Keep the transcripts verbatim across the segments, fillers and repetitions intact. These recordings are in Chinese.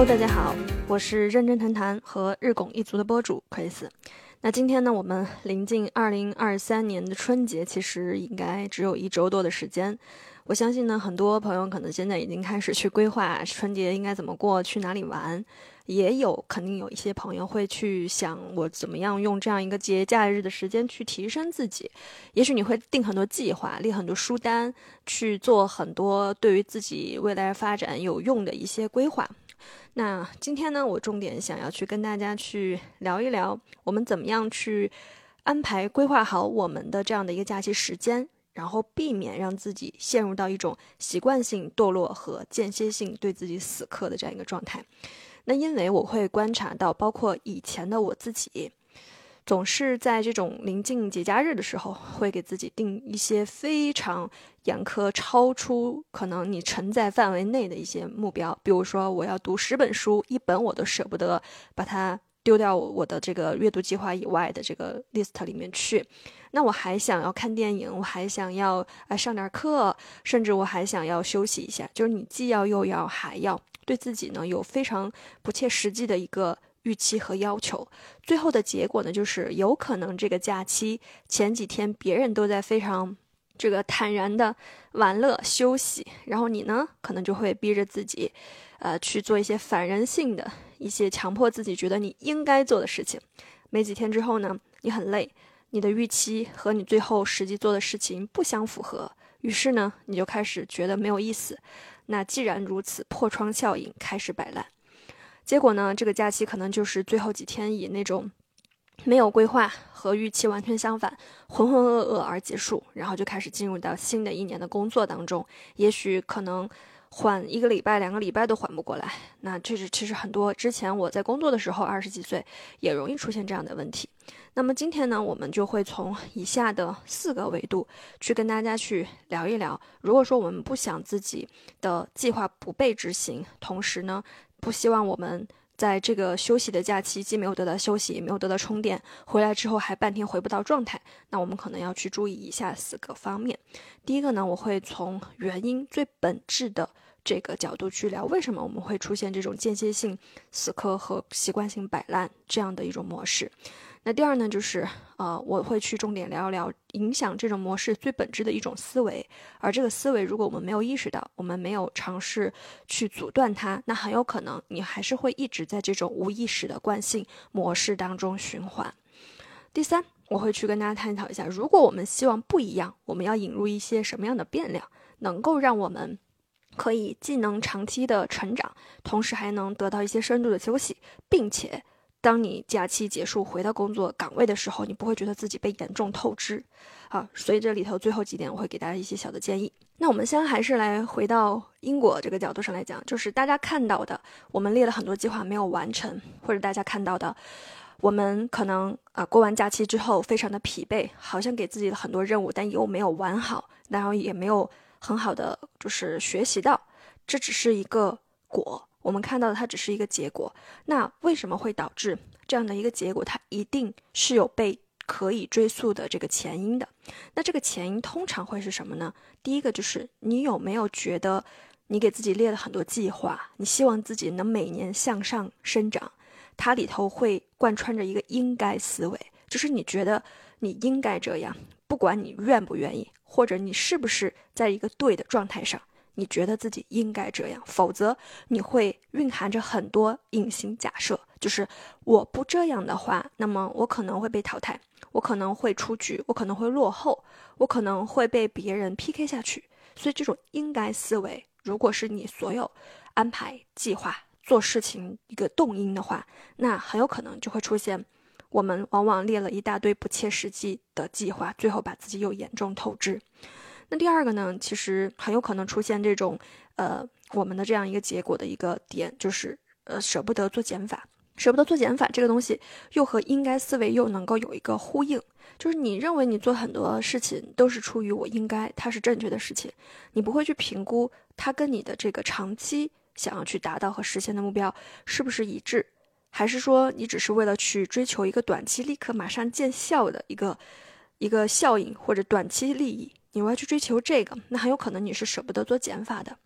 大家好，我是认真谈谈和日拱一卒的播主 Chris。那今天呢，我们临近二零二三年的春节，其实应该只有一周多的时间。我相信呢，很多朋友可能现在已经开始去规划春节应该怎么过，去哪里玩。也有肯定有一些朋友会去想，我怎么样用这样一个节假日的时间去提升自己。也许你会定很多计划，列很多书单，去做很多对于自己未来发展有用的一些规划。那今天呢，我重点想要去跟大家去聊一聊，我们怎么样去安排规划好我们的这样的一个假期时间，然后避免让自己陷入到一种习惯性堕落和间歇性对自己死磕的这样一个状态。那因为我会观察到，包括以前的我自己，总是在这种临近节假日的时候，会给自己定一些非常严苛、超出可能你承载范围内的一些目标。比如说，我要读十本书，一本我都舍不得把它丢掉我的这个阅读计划以外的这个 list 里面去。那我还想要看电影，我还想要呃上点课，甚至我还想要休息一下。就是你既要又要还要，对自己呢有非常不切实际的一个预期和要求。最后的结果呢，就是有可能这个假期前几天别人都在非常这个坦然的玩乐休息，然后你呢可能就会逼着自己呃去做一些反人性的一些强迫自己觉得你应该做的事情。没几天之后呢，你很累，你的预期和你最后实际做的事情不相符合，于是呢你就开始觉得没有意思。那既然如此，破窗效应开始摆烂。结果呢，这个假期可能就是最后几天以那种没有规划和预期完全相反，浑浑噩噩而结束，然后就开始进入到新的一年的工作当中。也许可能缓一个礼拜、两个礼拜都缓不过来。那这是其实很多之前我在工作的时候，二十几岁也容易出现这样的问题。那么今天呢，我们就会从以下的四个维度去跟大家去聊一聊。如果说我们不想自己的计划不被执行，同时呢，不希望我们在这个休息的假期既没有得到休息，也没有得到充电，回来之后还半天回不到状态，那我们可能要去注意以下四个方面。第一个呢，我会从原因最本质的这个角度去聊，为什么我们会出现这种间歇性死磕和习惯性摆烂这样的一种模式。那第二呢，就是呃，我会去重点聊一聊影响这种模式最本质的一种思维，而这个思维如果我们没有意识到，我们没有尝试去阻断它，那很有可能你还是会一直在这种无意识的惯性模式当中循环。第三，我会去跟大家探讨一下，如果我们希望不一样，我们要引入一些什么样的变量，能够让我们可以既能长期的成长，同时还能得到一些深度的休息，并且当你假期结束回到工作岗位的时候，你不会觉得自己被严重透支啊。所以这里头最后几点我会给大家一些小的建议。那我们先还是来回到因果这个角度上来讲，就是大家看到的我们列了很多计划没有完成，或者大家看到的我们可能啊过完假期之后非常的疲惫，好像给自己了很多任务，但又没有完好，然后也没有很好的就是学习到，这只是一个果，我们看到的它只是一个结果。那为什么会导致这样的一个结果？它一定是有被可以追溯的这个前因的。那这个前因通常会是什么呢？第一个就是你有没有觉得你给自己列了很多计划，你希望自己能每年向上生长，它里头会贯穿着一个应该思维，就是你觉得你应该这样，不管你愿不愿意，或者你是不是在一个对的状态上，你觉得自己应该这样，否则你会蕴含着很多隐形假设，就是我不这样的话，那么我可能会被淘汰，我可能会出局，我可能会落后，我可能会被别人 P K 下去。所以这种应该思维，如果是你所有安排计划做事情一个动因的话，那很有可能就会出现我们往往列了一大堆不切实际的计划，最后把自己又严重透支。那第二个呢，其实很有可能出现这种呃我们的这样一个结果的一个点，就是呃舍不得做减法。舍不得做减法这个东西又和应该思维又能够有一个呼应，就是你认为你做很多事情都是出于我应该，它是正确的事情，你不会去评估它跟你的这个长期想要去达到和实现的目标是不是一致，还是说你只是为了去追求一个短期立刻马上见效的一个一个效应或者短期利益，你要去追求这个，那很有可能你是舍不得做减法的。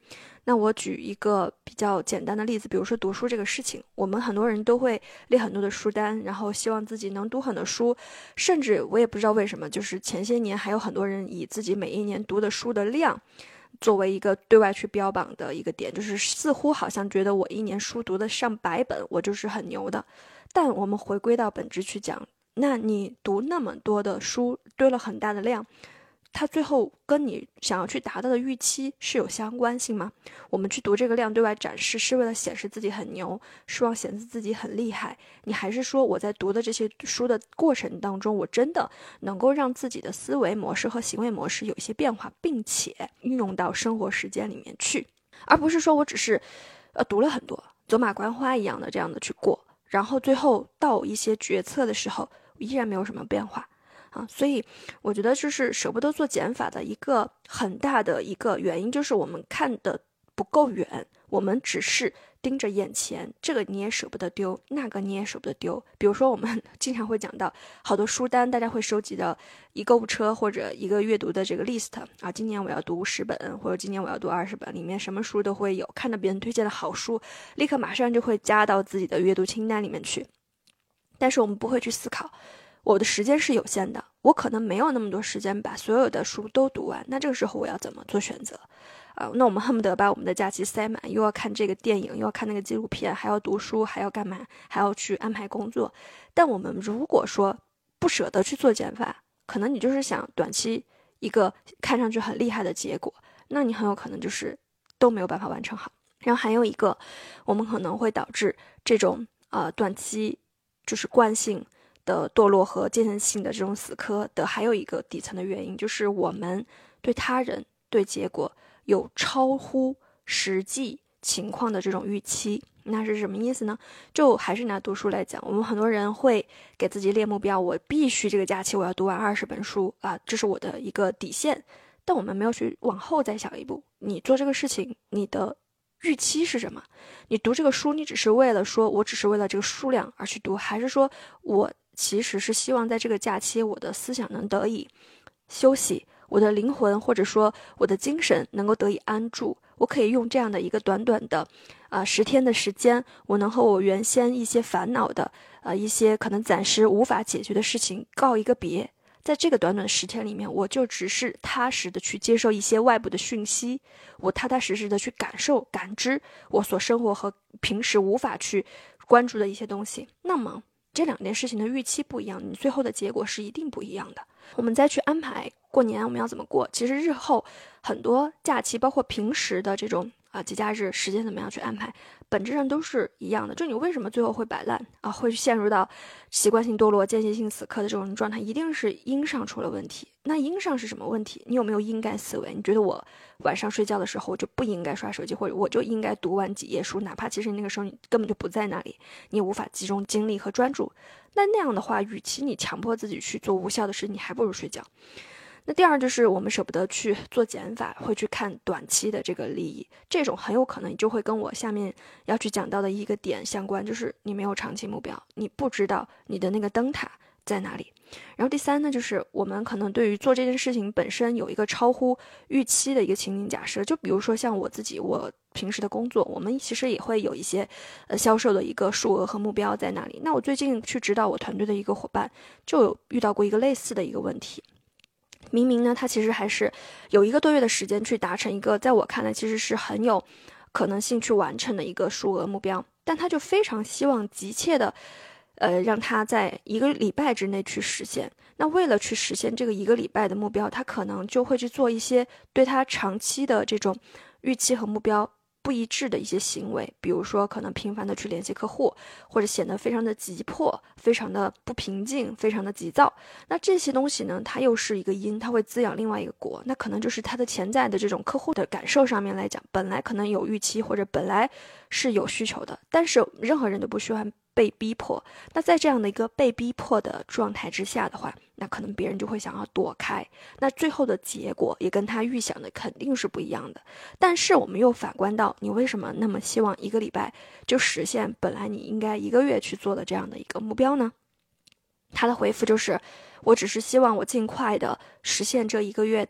那我举一个比较简单的例子，比如说读书这个事情，我们很多人都会列很多的书单，然后希望自己能读很多书，甚至我也不知道为什么，就是前些年还有很多人以自己每一年读的书的量作为一个对外去标榜的一个点，就是似乎好像觉得我一年书读的上百本，我就是很牛的。但我们回归到本质去讲，那你读那么多的书，堆了很大的量，它最后跟你想要去达到的预期是有相关性吗？我们去读这个量对外展示，是为了显示自己很牛，希望显示自己很厉害，你还是说我在读的这些书的过程当中，我真的能够让自己的思维模式和行为模式有一些变化，并且运用到生活实践里面去，而不是说我只是呃读了很多走马观花一样的这样的去过，然后最后到一些决策的时候依然没有什么变化啊。所以我觉得就是舍不得做减法的一个很大的一个原因，就是我们看的不够远，我们只是盯着眼前，这个你也舍不得丢，那个你也舍不得丢。比如说我们经常会讲到好多书单，大家会收集到一购物车或者一个阅读的这个 list 啊，今年我要读十本，或者今年我要读二十本，里面什么书都会有，看到别人推荐的好书，立刻马上就会加到自己的阅读清单里面去。但是我们不会去思考，我的时间是有限的，我可能没有那么多时间把所有的书都读完，那这个时候我要怎么做选择啊？那我们恨不得把我们的假期塞满，又要看这个电影，又要看那个纪录片，还要读书，还要干嘛，还要去安排工作。但我们如果说不舍得去做减法，可能你就是想短期一个看上去很厉害的结果，那你很有可能就是都没有办法完成好。然后还有一个，我们可能会导致这种呃短期就是惯性的堕落和渐进性的这种死磕的，还有一个底层的原因，就是我们对他人对结果有超乎实际情况的这种预期。那是什么意思呢？就还是拿读书来讲，我们很多人会给自己列目标，我必须这个假期我要读完二十本书啊，这是我的一个底线。但我们没有去往后再想一步，你做这个事情，你的预期是什么？你读这个书，你只是为了说我只是为了这个数量而去读，还是说我其实是希望在这个假期我的思想能得以休息，我的灵魂或者说我的精神能够得以安住，我可以用这样的一个短短的啊、呃、十天的时间，我能和我原先一些烦恼的呃一些可能暂时无法解决的事情告一个别。在这个短短十天里面，我就只是踏实的去接受一些外部的讯息，我踏踏实实的去感受感知我所生活和平时无法去关注的一些东西。那么这两件事情的预期不一样，你最后的结果是一定不一样的。我们再去安排过年我们要怎么过，其实日后很多假期包括平时的这种啊节假日时间怎么样去安排，本质上都是一样的。就你为什么最后会摆烂啊，会陷入到习惯性堕落间歇性死磕的这种状态，一定是因上出了问题。那因上是什么问题？你有没有应该思维？你觉得我晚上睡觉的时候我就不应该刷手机，或者我就应该读完几页书，哪怕其实那个时候你根本就不在那里，你也无法集中精力和专注。那那样的话，与其你强迫自己去做无效的事，你还不如睡觉。那第二就是我们舍不得去做减法，会去看短期的这个利益，这种很有可能就会跟我下面要去讲到的一个点相关，就是你没有长期目标，你不知道你的那个灯塔在哪里。然后第三呢，就是我们可能对于做这件事情本身有一个超乎预期的一个情景假设，就比如说像我自己，我平时的工作，我们其实也会有一些呃销售的一个数额和目标在那里。那我最近去指导我团队的一个伙伴，就有遇到过一个类似的一个问题。明明呢，他其实还是有一个多月的时间去达成一个在我看来其实是很有可能性去完成的一个数额目标，但他就非常希望急切的呃，让他在一个礼拜之内去实现。那为了去实现这个一个礼拜的目标，他可能就会去做一些对他长期的这种预期和目标不一致的一些行为，比如说可能频繁的去联系客户，或者显得非常的急迫，非常的不平静，非常的急躁。那这些东西呢，它又是一个因，它会滋养另外一个果，那可能就是它的潜在的这种客户的感受上面来讲，本来可能有预期或者本来是有需求的，但是任何人都不喜欢被逼迫。那在这样的一个被逼迫的状态之下的话，那可能别人就会想要躲开，那最后的结果也跟他预想的肯定是不一样的。但是我们又反观到，你为什么那么希望一个礼拜就实现本来你应该一个月去做的这样的一个目标呢？他的回复就是，我只是希望我尽快的实现这一个月的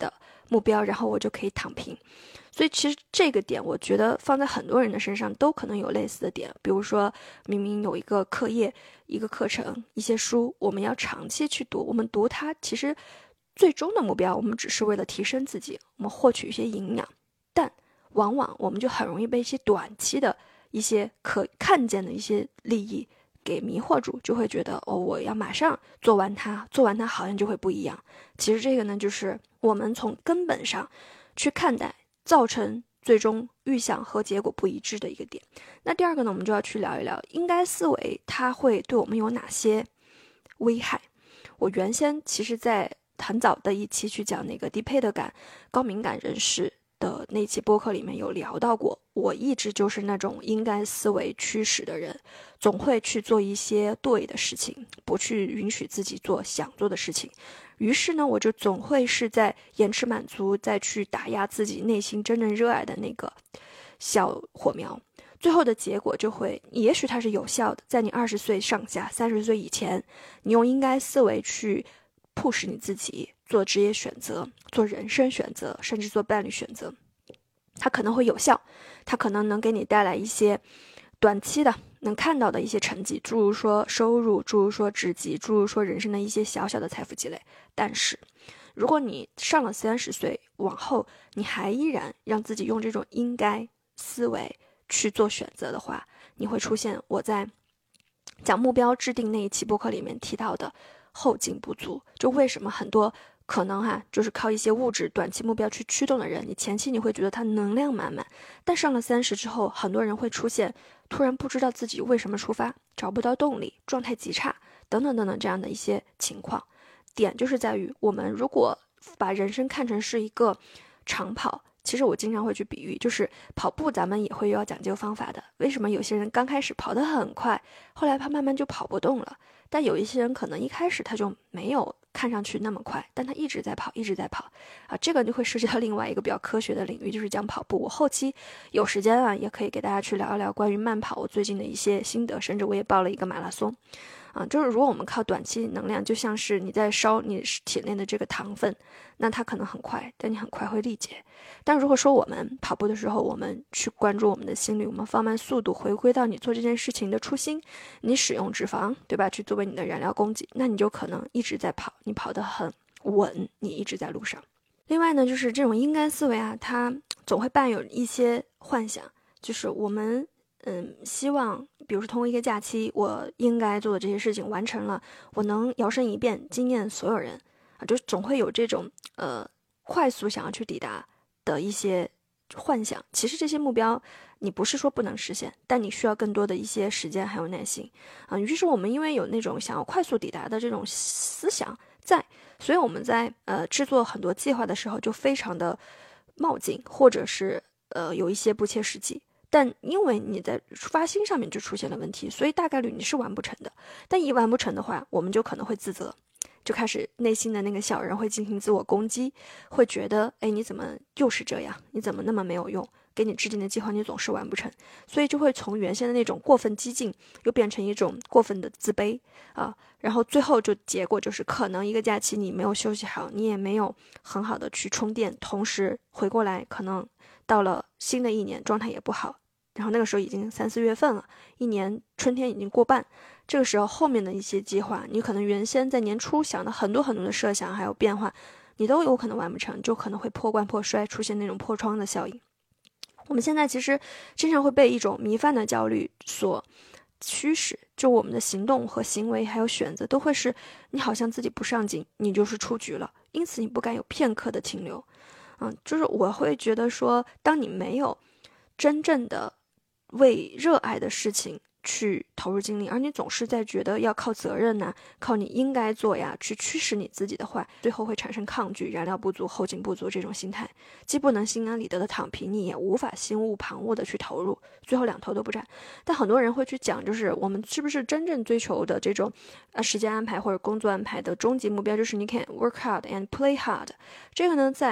目标，然后我就可以躺平。所以其实这个点我觉得放在很多人的身上都可能有类似的点，比如说明明有一个课业、一个课程、一些书，我们要长期去读，我们读它其实最终的目标我们只是为了提升自己，我们获取一些营养，但往往我们就很容易被一些短期的一些可看见的一些利益给迷惑住，就会觉得哦，我要马上做完它，做完它好像就会不一样。其实这个呢，就是我们从根本上去看待造成最终预想和结果不一致的一个点。那第二个呢，我们就要去聊一聊应该思维它会对我们有哪些危害。我原先其实在很早的一期去讲那个低配的感高敏感人士的那期播客里面有聊到过，我一直就是那种应该思维驱使的人，总会去做一些对的事情，不去允许自己做想做的事情。于是呢，我就总会是在延迟满足，再去打压自己内心真正热爱的那个小火苗，最后的结果就会，也许它是有效的，在你二十岁上下、三十岁以前，你用应该思维去push你自己做职业选择、做人生选择，甚至做伴侣选择，它可能会有效，它可能能给你带来一些短期的能看到的一些成绩，诸如说收入，诸如说职级，诸如说人生的一些小小的财富积累。但是如果你上了三十岁往后，你还依然让自己用这种应该思维去做选择的话，你会出现我在讲目标制定那一期播客里面提到的后劲不足。就为什么很多可能哈、啊，就是靠一些物质短期目标去驱动的人，你前期你会觉得他能量满满，但上了三十之后，很多人会出现突然不知道自己为什么出发，找不到动力，状态极差，等等等等这样的一些情况。点就是在于，我们如果把人生看成是一个长跑，其实我经常会去比喻，就是跑步咱们也会要讲究方法的。为什么有些人刚开始跑得很快，后来他慢慢就跑不动了？但有一些人可能一开始他就没有看上去那么快，但他一直在跑，一直在跑啊，这个就会涉及到另外一个比较科学的领域，就是讲跑步。我后期有时间啊，也可以给大家去聊一聊关于慢跑我最近的一些心得，甚至我也报了一个马拉松。啊，就是如果我们靠短期能量，就像是你在烧你体内的这个糖分，那它可能很快，但你很快会力竭。但如果说我们跑步的时候，我们去关注我们的心率，我们放慢速度，回归到你做这件事情的初心，你使用脂肪，对吧，去作为你的燃料供给，那你就可能一直在跑，你跑得很稳，你一直在路上。另外呢，就是这种应该思维啊，它总会伴有一些幻想，就是我们嗯，希望比如说通过一个假期，我应该做的这些事情完成了，我能摇身一变惊艳所有人啊，就总会有这种呃快速想要去抵达的一些幻想。其实这些目标你不是说不能实现，但你需要更多的一些时间还有耐心啊。于是我们因为有那种想要快速抵达的这种思想在，所以我们在呃制作很多计划的时候就非常的冒进，或者是呃有一些不切实际。但因为你在发心上面就出现了问题，所以大概率你是完不成的。但一完不成的话，我们就可能会自责，就开始内心的那个小人会进行自我攻击，会觉得，哎，你怎么又是这样？你怎么那么没有用？给你制定的计划你总是完不成，所以就会从原先的那种过分激进，又变成一种过分的自卑啊。然后最后就结果就是可能一个假期你没有休息好，你也没有很好的去充电，同时回过来可能到了新的一年状态也不好。然后那个时候已经三四月份了，一年春天已经过半，这个时候后面的一些计划，你可能原先在年初想的很多很多的设想还有变化，你都有可能完不成，就可能会破罐破摔，出现那种破窗的效应。我们现在其实经常会被一种迷犯的焦虑所驱使，就我们的行动和行为还有选择都会是你好像自己不上进，你就是出局了，因此你不敢有片刻的停留。嗯，就是我会觉得说，当你没有真正的为热爱的事情去投入精力，而你总是在觉得要靠责任呐、啊，靠你应该做呀去驱使你自己的话，最后会产生抗拒、燃料不足、后劲不足这种心态，既不能心安理得的躺平，你也无法心无旁骛的去投入，最后两头都不占。但很多人会去讲，就是我们是不是真正追求的这种呃时间安排或者工作安排的终极目标，就是你 can work hard and play hard。这个呢，在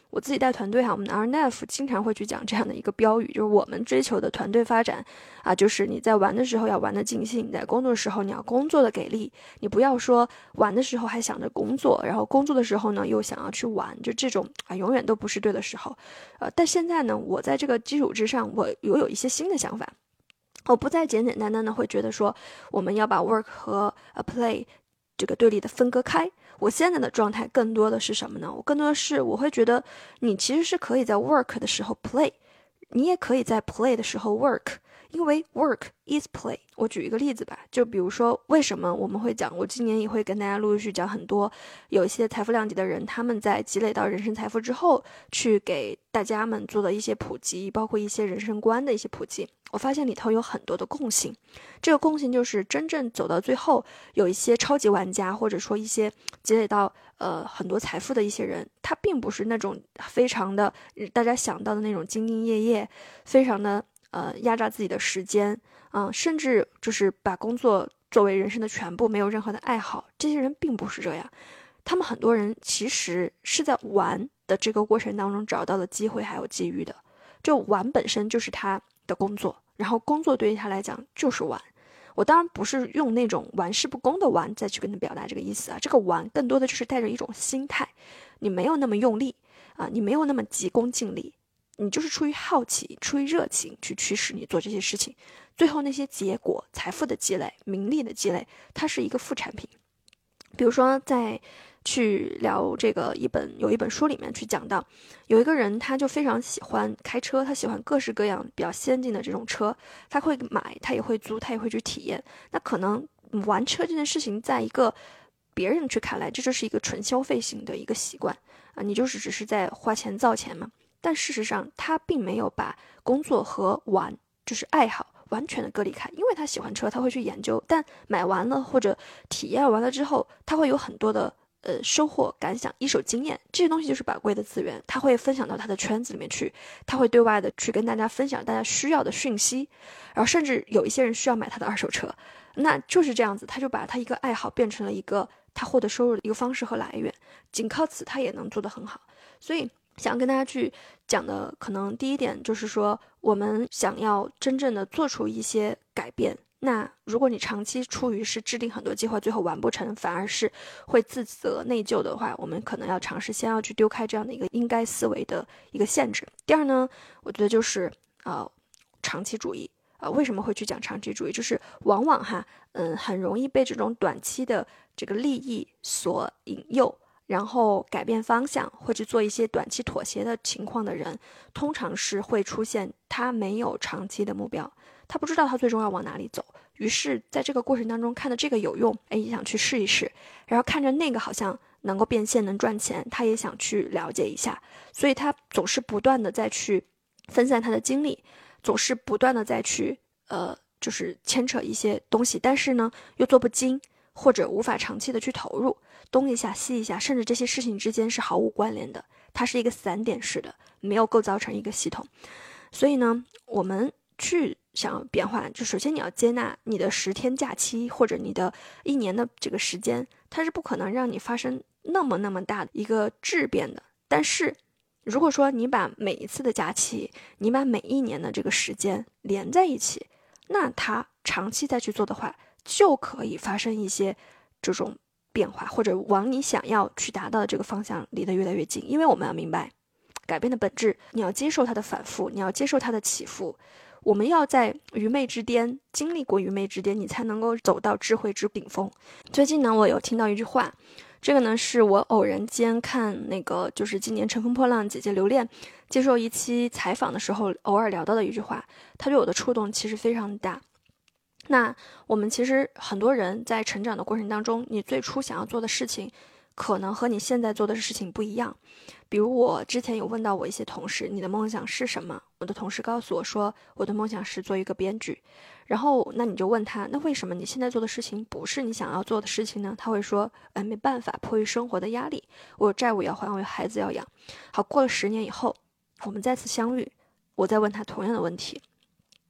我自己带团队哈，我们的 R N F 经常会去讲这样的一个标语，就是我们追求的团队发展啊，就是你在玩的时候要玩的尽兴，你在工作的时候你要工作的给力，你不要说玩的时候还想着工作，然后工作的时候呢又想要去玩，就这种啊永远都不是对的时候。呃，但现在呢，我在这个基础之上，我有有一些新的想法，我不再简简单单的会觉得说我们要把 work 和 play 这个对立的分割开。我现在的状态更多的是什么呢？我更多的是我会觉得你其实是可以在 work 的时候 play， 你也可以在 play 的时候 work， 因为 work is play。 我举一个例子吧，就比如说为什么我们会讲，我今年也会跟大家陆续讲很多有一些财富量级的人，他们在积累到人生财富之后去给大家们做的一些普及，包括一些人生观的一些普及，我发现里头有很多的共性。这个共性就是真正走到最后，有一些超级玩家，或者说一些积累到呃很多财富的一些人，他并不是那种非常的大家想到的那种兢兢业业，非常的呃压榨自己的时间啊、呃，甚至就是把工作作为人生的全部，没有任何的爱好。这些人并不是这样，他们很多人其实是在玩的这个过程当中找到了机会还有机遇的，就玩本身就是他的工作，然后工作对于他来讲就是玩。我当然不是用那种玩世不恭的玩再去跟他表达这个意思啊，这个玩更多的就是带着一种心态，你没有那么用力啊，你没有那么急功近利，你就是出于好奇，出于热情去驱使你做这些事情，最后那些结果，财富的积累，名利的积累，它是一个副产品。比如说在去聊这个一本有一本书里面去讲到，有一个人他就非常喜欢开车，他喜欢各式各样比较先进的这种车，他会买，他也会租，他也会去体验。那可能玩车这件事情，在一个别人去看来，这就是一个纯消费型的一个习惯啊，你就是只是在花钱造钱嘛。但事实上，他并没有把工作和玩，就是爱好，完全的割离开。因为他喜欢车，他会去研究，但买完了或者体验完了之后，他会有很多的呃收获感想，一手经验，这些东西就是宝贵的资源，他会分享到他的圈子里面去，他会对外的去跟大家分享大家需要的讯息，然后甚至有一些人需要买他的二手车，那就是这样子，他就把他一个爱好变成了一个他获得收入的一个方式和来源，仅靠此他也能做得很好。所以想跟大家去讲的可能第一点就是说，我们想要真正的做出一些改变，那如果你长期出于是制定很多计划最后完不成，反而是会自责内疚的话，我们可能要尝试先要去丢开这样的一个应该思维的一个限制。第二呢，我觉得就是呃长期主义。呃，为什么会去讲长期主义？就是往往哈，嗯，很容易被这种短期的这个利益所引诱，然后改变方向，会去做一些短期妥协的情况的人，通常是会出现他没有长期的目标，他不知道他最终要往哪里走，于是在这个过程当中看到这个有用，哎，也想去试一试，然后看着那个好像能够变现能赚钱，他也想去了解一下，所以他总是不断的再去分散他的精力，总是不断的再去呃，就是牵扯一些东西，但是呢又做不精，或者无法长期的去投入，东一下西一下，甚至这些事情之间是毫无关联的，它是一个散点式的，没有构造成一个系统。所以呢，我们去想要变化，就首先你要接纳你的十天假期或者你的一年的这个时间，它是不可能让你发生那么那么大的一个质变的。但是如果说你把每一次的假期，你把每一年的这个时间连在一起，那它长期再去做的话，就可以发生一些这种变化，或者往你想要去达到的这个方向离得越来越近。因为我们要明白改变的本质，你要接受它的反复，你要接受它的起伏，我们要在愚昧之巅经历过愚昧之巅，你才能够走到智慧之顶峰。最近呢，我有听到一句话，这个呢是我偶然间看那个就是今年乘风破浪姐姐刘恋接受一期采访的时候偶尔聊到的一句话，它对我的触动其实非常大。那我们其实很多人在成长的过程当中，你最初想要做的事情可能和你现在做的事情不一样。比如我之前有问到我一些同事，你的梦想是什么？我的同事告诉我说，我的梦想是做一个编剧。然后那你就问他，那为什么你现在做的事情不是你想要做的事情呢？他会说，哎，没办法，迫于生活的压力，我有债务要还，我有孩子要养。好，过了十年以后，我们再次相遇，我再问他同样的问题，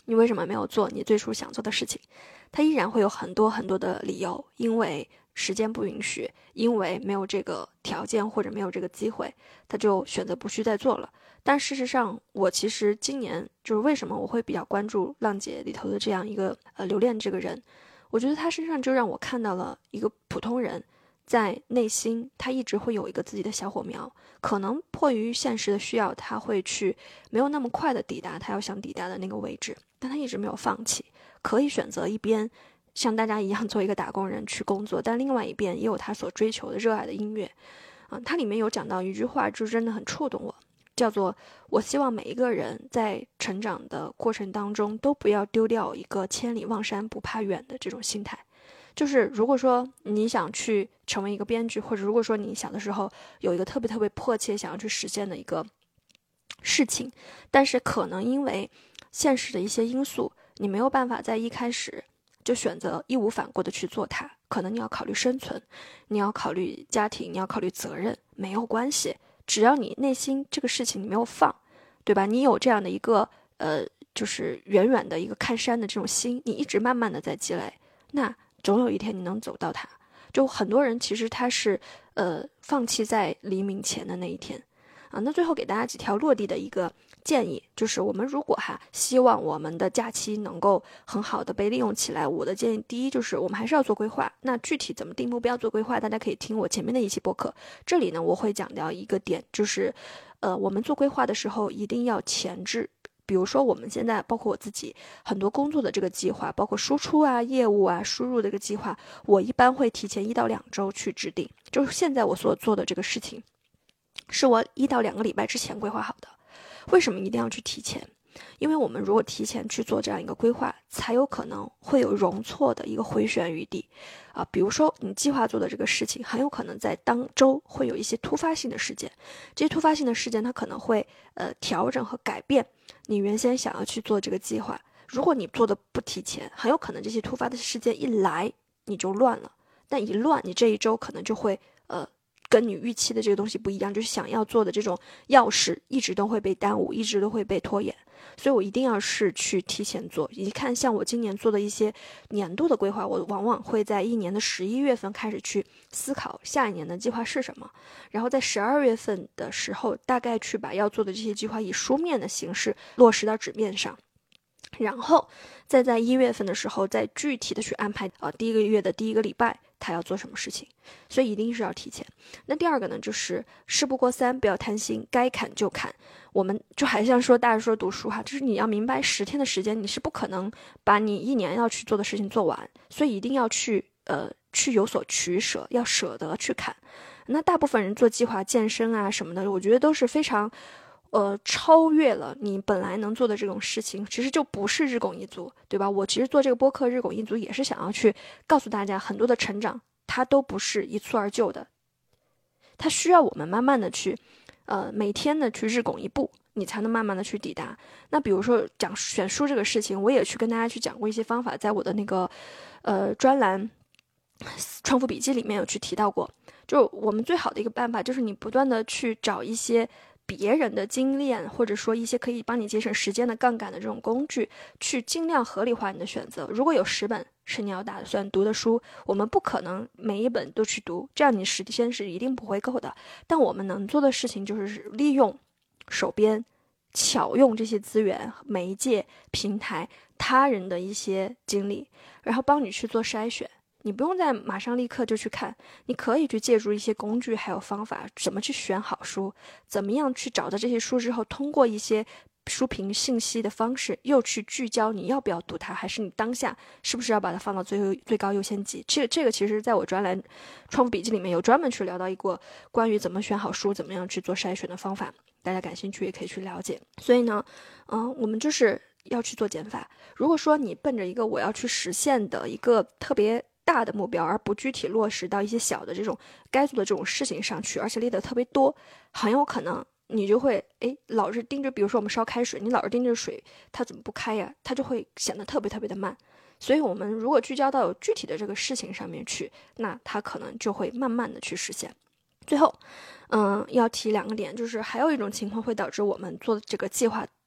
你为什么没有做你最初想做的事情？他依然会有很多很多的理由，因为时间不允许，因为没有这个条件或者没有这个机会，他就选择不去再做了。但事实上，我其实今年就是为什么我会比较关注浪姐里头的这样一个呃刘恋这个人，我觉得他身上就让我看到了一个普通人在内心他一直会有一个自己的小火苗，可能迫于现实的需要，他会去没有那么快的抵达他要想抵达的那个位置，但他一直没有放弃，可以选择一边像大家一样做一个打工人去工作，但另外一边也有他所追求的热爱的音乐啊。他里面有讲到一句话，就真的很触动我，叫做我希望每一个人在成长的过程当中都不要丢掉一个千里望山不怕远的这种心态。就是如果说你想去成为一个编剧，或者如果说你小的时候有一个特别特别迫切想要去实现的一个事情，但是可能因为现实的一些因素，你没有办法在一开始就选择义无反顾的去做它，可能你要考虑生存，你要考虑家庭，你要考虑责任，没有关系，只要你内心这个事情你没有放，对吧？你有这样的一个呃，就是远远的一个看山的这种心，你一直慢慢的在积累，那总有一天你能走到它。就很多人其实他是呃放弃在黎明前的那一天啊。那最后给大家几条落地的一个建议，就是我们如果哈希望我们的假期能够很好的被利用起来，我的建议第一就是我们还是要做规划。那具体怎么定目标做规划，大家可以听我前面的一期播客，这里呢我会讲到一个点，就是呃我们做规划的时候一定要前置。比如说我们现在包括我自己很多工作的这个计划，包括输出啊、业务啊、输入的这个计划，我一般会提前一到两周去制定。就是现在我所做的这个事情，是我一到两个礼拜之前规划好的。为什么一定要去提前？因为我们如果提前去做这样一个规划，才有可能会有容错的一个回旋余地啊。比如说你计划做的这个事情，很有可能在当周会有一些突发性的事件，这些突发性的事件它可能会呃调整和改变你原先想要去做这个计划。如果你做的不提前，很有可能这些突发的事件一来你就乱了，但一乱你这一周可能就会呃跟你预期的这个东西不一样，就是想要做的这种要事一直都会被耽误，一直都会被拖延。所以我一定要是去提前做。你看像我今年做的一些年度的规划，我往往会在一年的十一月份开始去思考下一年的计划是什么，然后在十二月份的时候大概去把要做的这些计划以书面的形式落实到纸面上，然后再在一月份的时候再具体的去安排啊、呃，第一个月的第一个礼拜他要做什么事情，所以一定是要提前。那第二个呢，就是事不过三，不要贪心，该砍就砍。我们就还像说大家说读书哈，就是你要明白十天的时间你是不可能把你一年要去做的事情做完，所以一定要去呃去有所取舍，要舍得去砍。那大部分人做计划健身啊什么的，我觉得都是非常呃，超越了你本来能做的这种事情，其实就不是日拱一卒，对吧？我其实做这个播客日拱一卒，也是想要去告诉大家，很多的成长它都不是一蹴而就的，它需要我们慢慢的去呃，每天的去日拱一步，你才能慢慢的去抵达。那比如说讲选书这个事情，我也去跟大家去讲过一些方法，在我的那个呃专栏创富笔记里面有去提到过。就我们最好的一个办法，就是你不断的去找一些别人的经验，或者说一些可以帮你节省时间的杠杆的这种工具，去尽量合理化你的选择。如果有十本是你要打算读的书，我们不可能每一本都去读，这样你时间是一定不会够的。但我们能做的事情就是利用手边巧用这些资源、媒介、平台、他人的一些经历，然后帮你去做筛选。你不用再马上立刻就去看，你可以去借助一些工具还有方法，怎么去选好书，怎么样去找到这些书之后，通过一些书评信息的方式，又去聚焦你要不要读它，还是你当下是不是要把它放到最最高优先级。这个这个其实在我专栏创富笔记里面有专门去聊到一个关于怎么选好书，怎么样去做筛选的方法，大家感兴趣也可以去了解。所以呢嗯、呃，我们就是要去做减法。如果说你奔着一个我要去实现的一个特别大的目标，而不具体落实到一些小的这种该做的这种事情上去，而且列得特别多，很有可能你就会诶老是盯着，比如说我们烧开水，你老是盯着水它怎么不开呀，它就会显得特别特别的慢。所以我们如果聚焦到有具体的这个事情上面去，那它可能就会慢慢的去实现。最后嗯，要提两个点，就是还有一种情况会导致我们做这个计划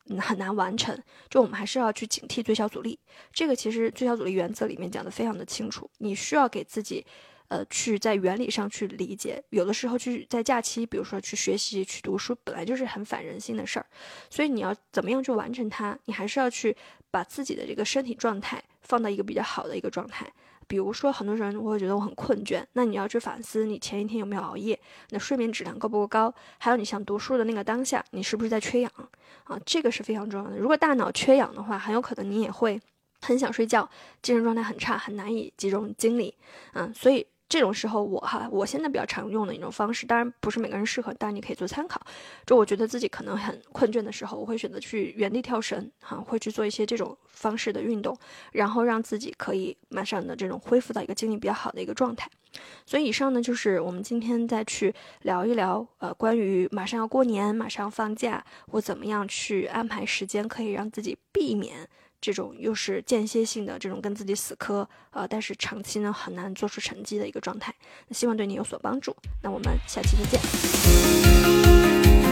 很难完成，就我们还是要去警惕最小阻力。这个其实最小阻力原则里面讲的非常的清楚，你需要给自己呃，去在原理上去理解，有的时候去在假期，比如说去学习、去读书，本来就是很反人性的事儿，所以你要怎么样去完成它，你还是要去把自己的这个身体状态放到一个比较好的一个状态。比如说，很多人我会觉得我很困倦，那你要去反思你前一天有没有熬夜，你的睡眠质量够不够高，还有你想读书的那个当下，你是不是在缺氧啊？这个是非常重要的。如果大脑缺氧的话，很有可能你也会很想睡觉，精神状态很差，很难以集中精力。嗯，所以这种时候我哈，我现在比较常用的一种方式，当然不是每个人适合，当然你可以做参考。就我觉得自己可能很困倦的时候，我会选择去原地跳绳，哈，会去做一些这种方式的运动，然后让自己可以马上的这种恢复到一个精力比较好的一个状态。所以以上呢，就是我们今天再去聊一聊，呃，关于马上要过年，马上要放假，我怎么样去安排时间，可以让自己避免这种又是间歇性的这种跟自己死磕，呃，但是长期呢很难做出成绩的一个状态。那希望对你有所帮助。那我们下期再见。